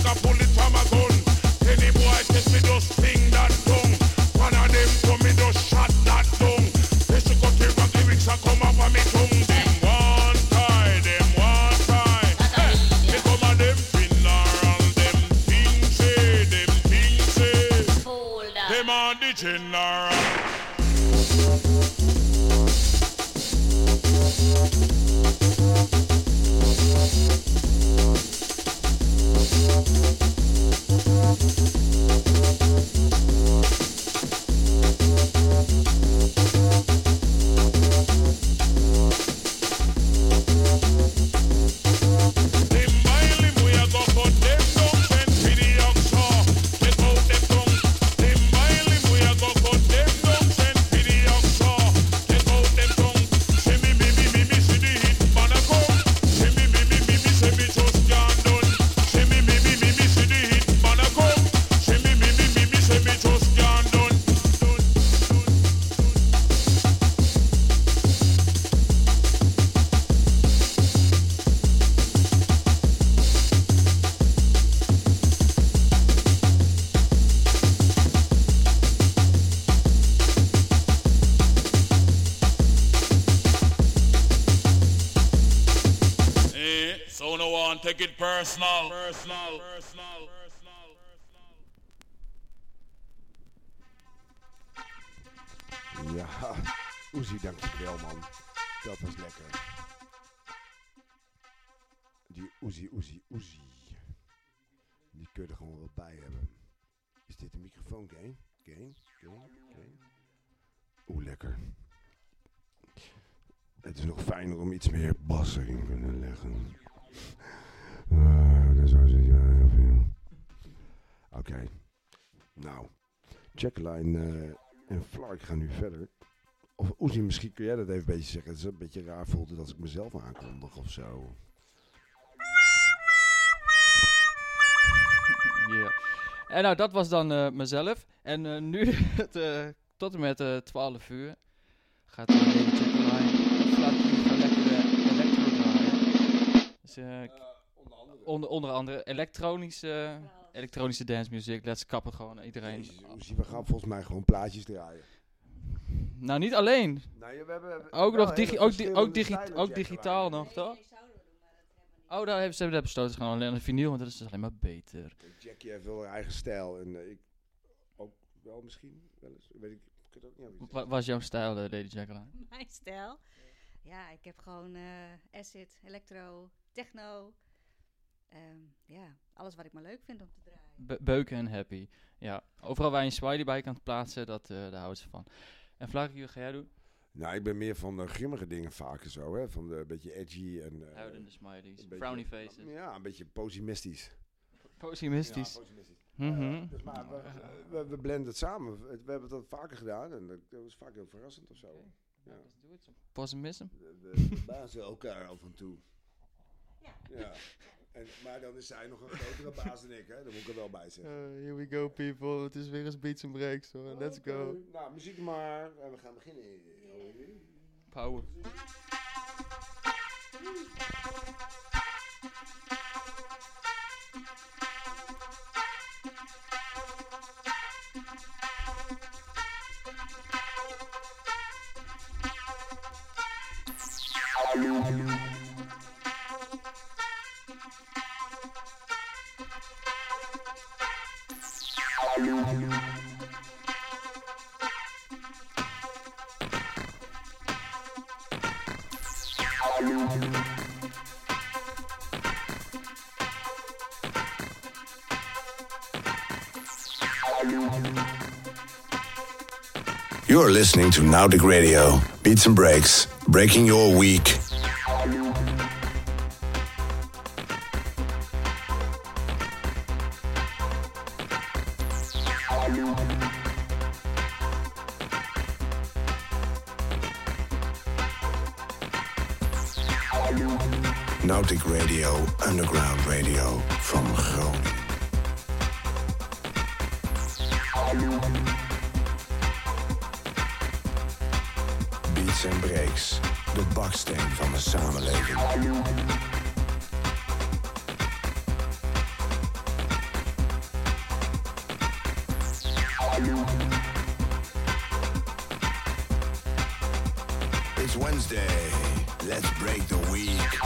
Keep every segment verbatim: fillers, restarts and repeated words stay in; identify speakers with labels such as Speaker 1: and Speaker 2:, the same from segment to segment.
Speaker 1: a pull it from a gun. Any boy test me just sing that tongue. One of them come me just shot that tongue. They should cut the rock lyrics and come up on me tongue. Them one tie, them one tie. Hey, they come on them funeral, them things say, them things say. Them on the general. Take it personal. Personal. Personal. Personal.
Speaker 2: Ja, Uzi, dankjewel man. Dat was lekker. Die Uzi, Uzi, Uzi. Die kun je er gewoon wel bij hebben. Is dit een microfoon, Game? Game? Game? Game? Oeh, lekker. Het is nog fijner om iets meer bas erin te kunnen leggen. Uh, dat zou ik ja, heel veel. Oké. Okay. Nou, Jacqueline uh, en Flark gaan nu verder. Of Uzi, misschien kun jij dat even een beetje zeggen. Het is een beetje raar voelde dat ik mezelf aankondig of zo.
Speaker 3: Ja. Yeah. En nou, dat was dan uh, mezelf. En uh, nu het, uh, tot en met uh, twaalf uur gaat uh, Lady Jacqueline Flark gaan lekker uh, electro draaien. Dus, uh, uh, onder, andere. Onder, onder andere elektronische, uh, elektronische dancemuziek. Let's kappen gewoon iedereen.
Speaker 2: Jezus, we gaan volgens mij gewoon plaatjes draaien.
Speaker 3: Nou, niet alleen.
Speaker 2: Nou, we hebben, we
Speaker 3: ook nog digi- ook, di- ook, digi- ook digitaal nog, toch? Oh, daar hebben ze hebben besloten. Gewoon alleen een vinyl, want dat is dus alleen maar beter.
Speaker 2: Jackie heeft wel haar eigen stijl. En uh, ik ook wel misschien. Wel eens, weet ik, ik het ook niet aan
Speaker 3: Wat was jouw stijl, uh, Lady Jacqueline?
Speaker 4: Mijn stijl? Ja, ik heb gewoon uh, acid, electro, techno. Um, ja, alles wat ik maar leuk vind om te draaien.
Speaker 3: Be- beuken en happy. Ja, overal waar je een Swidey bij kan plaatsen, dat, uh, daar houden ze van. En Flark, wat ga jij doen?
Speaker 2: Nou, ik ben meer van de grimmige dingen vaker zo, hè. Van de een beetje edgy en... Uh,
Speaker 3: Huilende smileys, frowny faces.
Speaker 2: Ja, een beetje posimistisch.
Speaker 3: Posimistisch?
Speaker 2: Ja, posimistisch.
Speaker 3: Mm-hmm.
Speaker 2: Uh, dus maar we, we, we blenden het samen. We, we hebben dat vaker gedaan en dat, dat was vaak heel verrassend of zo. Okay.
Speaker 3: Ja. Pessimism?
Speaker 2: We, we verbazen elkaar af en toe.
Speaker 4: Ja.
Speaker 2: Ja. En, maar dan is zij nog een grotere baas dan ik, hè? Daar moet ik er wel bij zeggen.
Speaker 3: Uh, here we go, people. Het is weer eens beats and breaks, hoor.
Speaker 2: Oh,
Speaker 3: Let's
Speaker 2: okay.
Speaker 3: go.
Speaker 2: Nou, muziek maar. En we gaan beginnen.
Speaker 3: Power.
Speaker 5: You're listening to Nautic Radio, Beats and Breaks, breaking your week. Nautic Radio, underground radio from Groningen. Beats and Breaks, de baksteen van de samenleving. It's Wednesday. Let's break the week.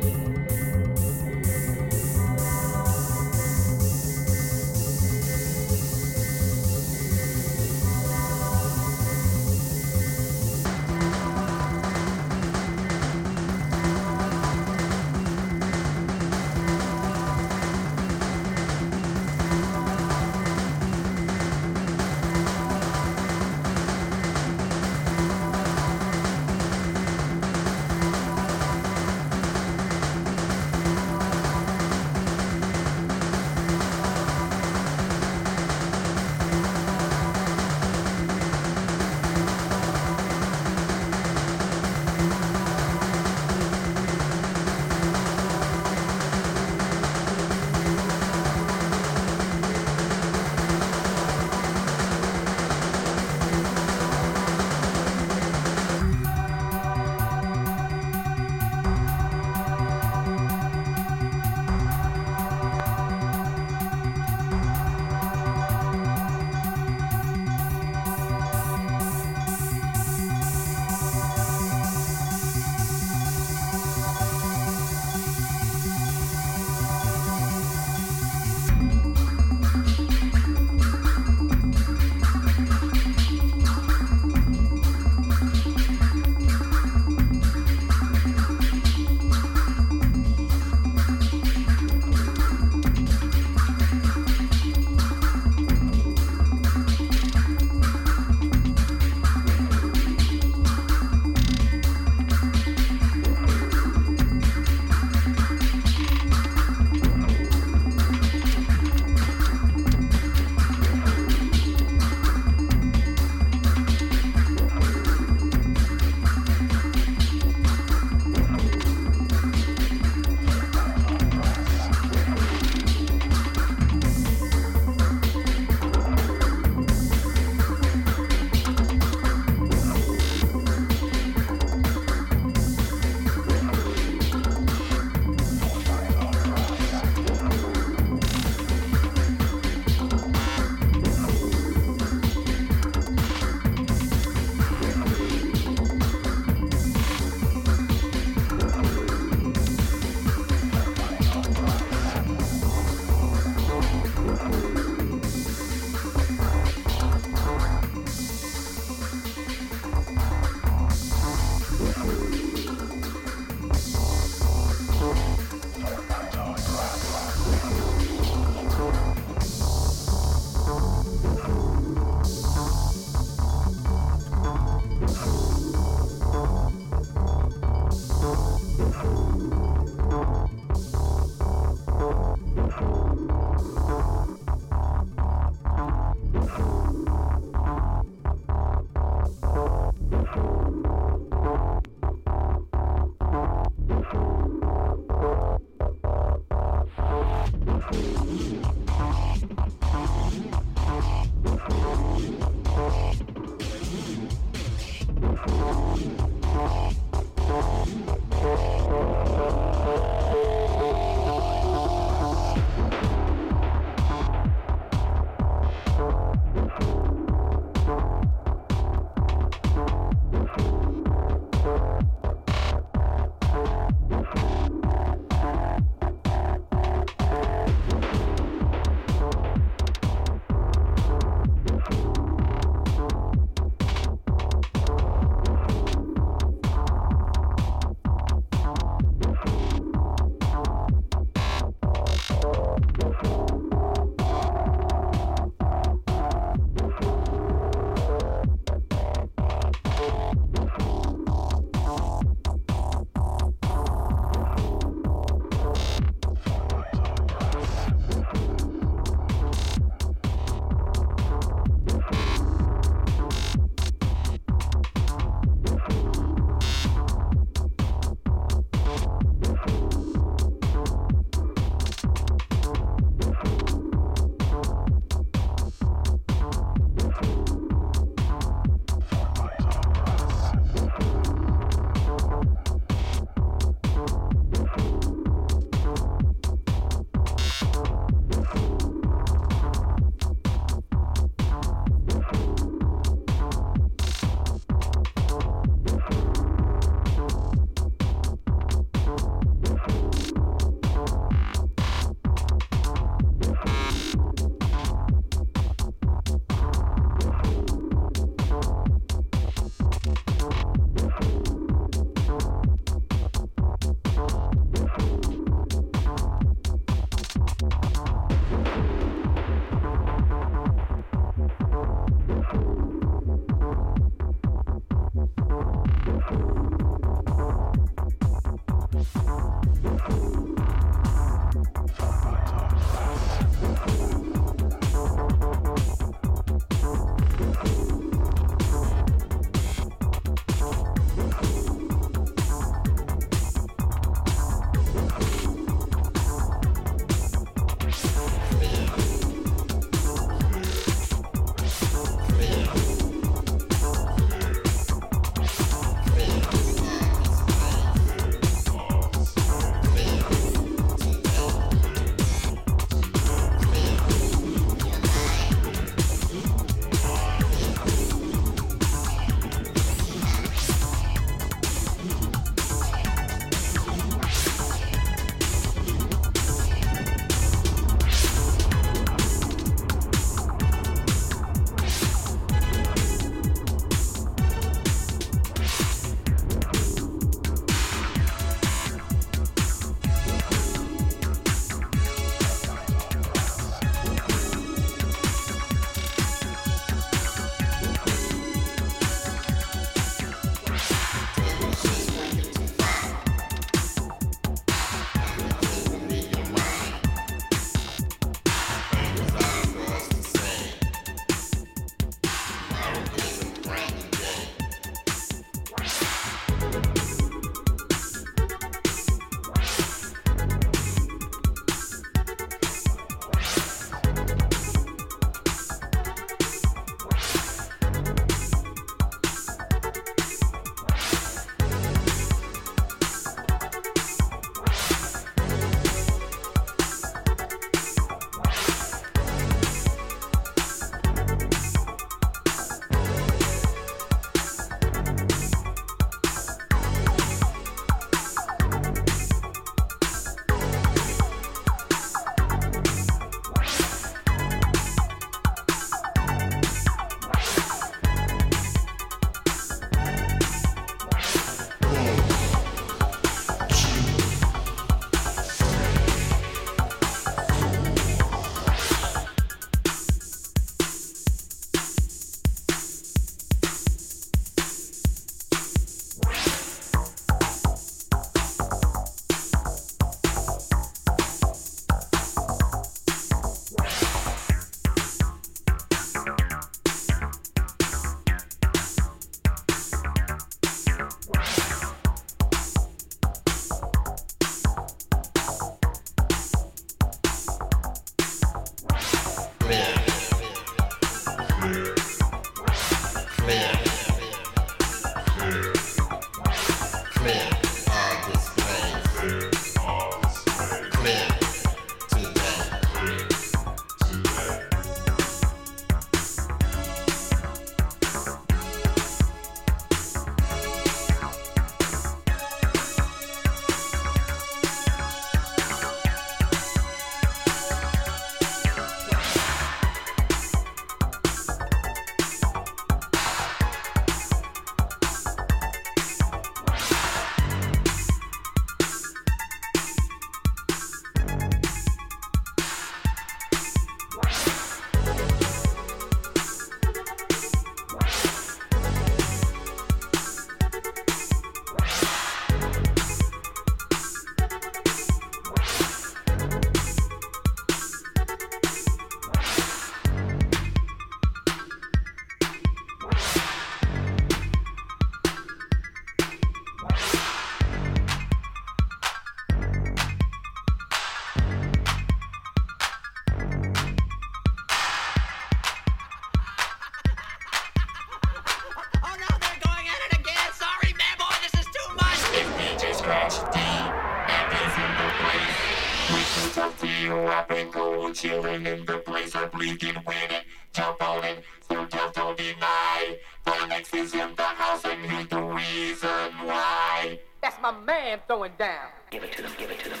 Speaker 6: That's my man throwing down. Give it to them, give it to them.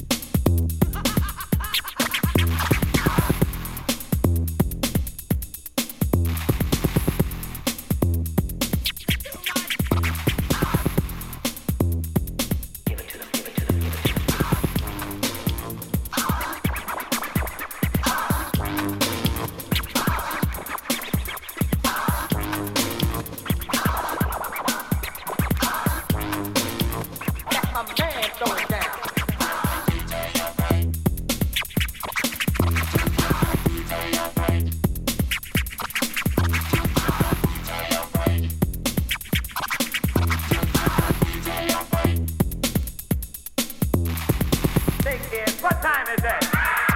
Speaker 7: What time is it?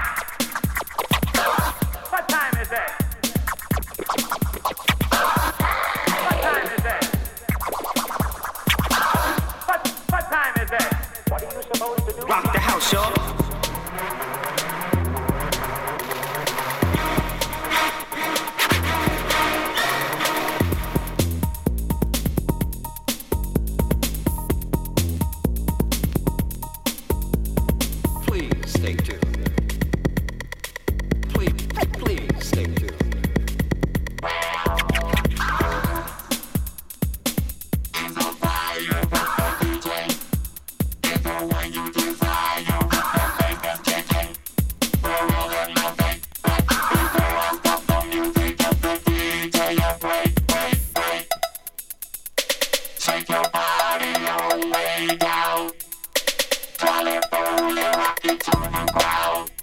Speaker 7: What time is it? What time is it? What, what time is it? What are you supposed to do?
Speaker 8: Rock the house, y'all. Stay tuned. Please, please stay tuned. It's a fire, D J. It's the one you desire. Make them chicken. For all or nothing. Before I stop the music, just the D J. Break, break, break. Shake your body all the way down. Call it, roll it, rock it to the ground.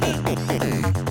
Speaker 8: Thank you.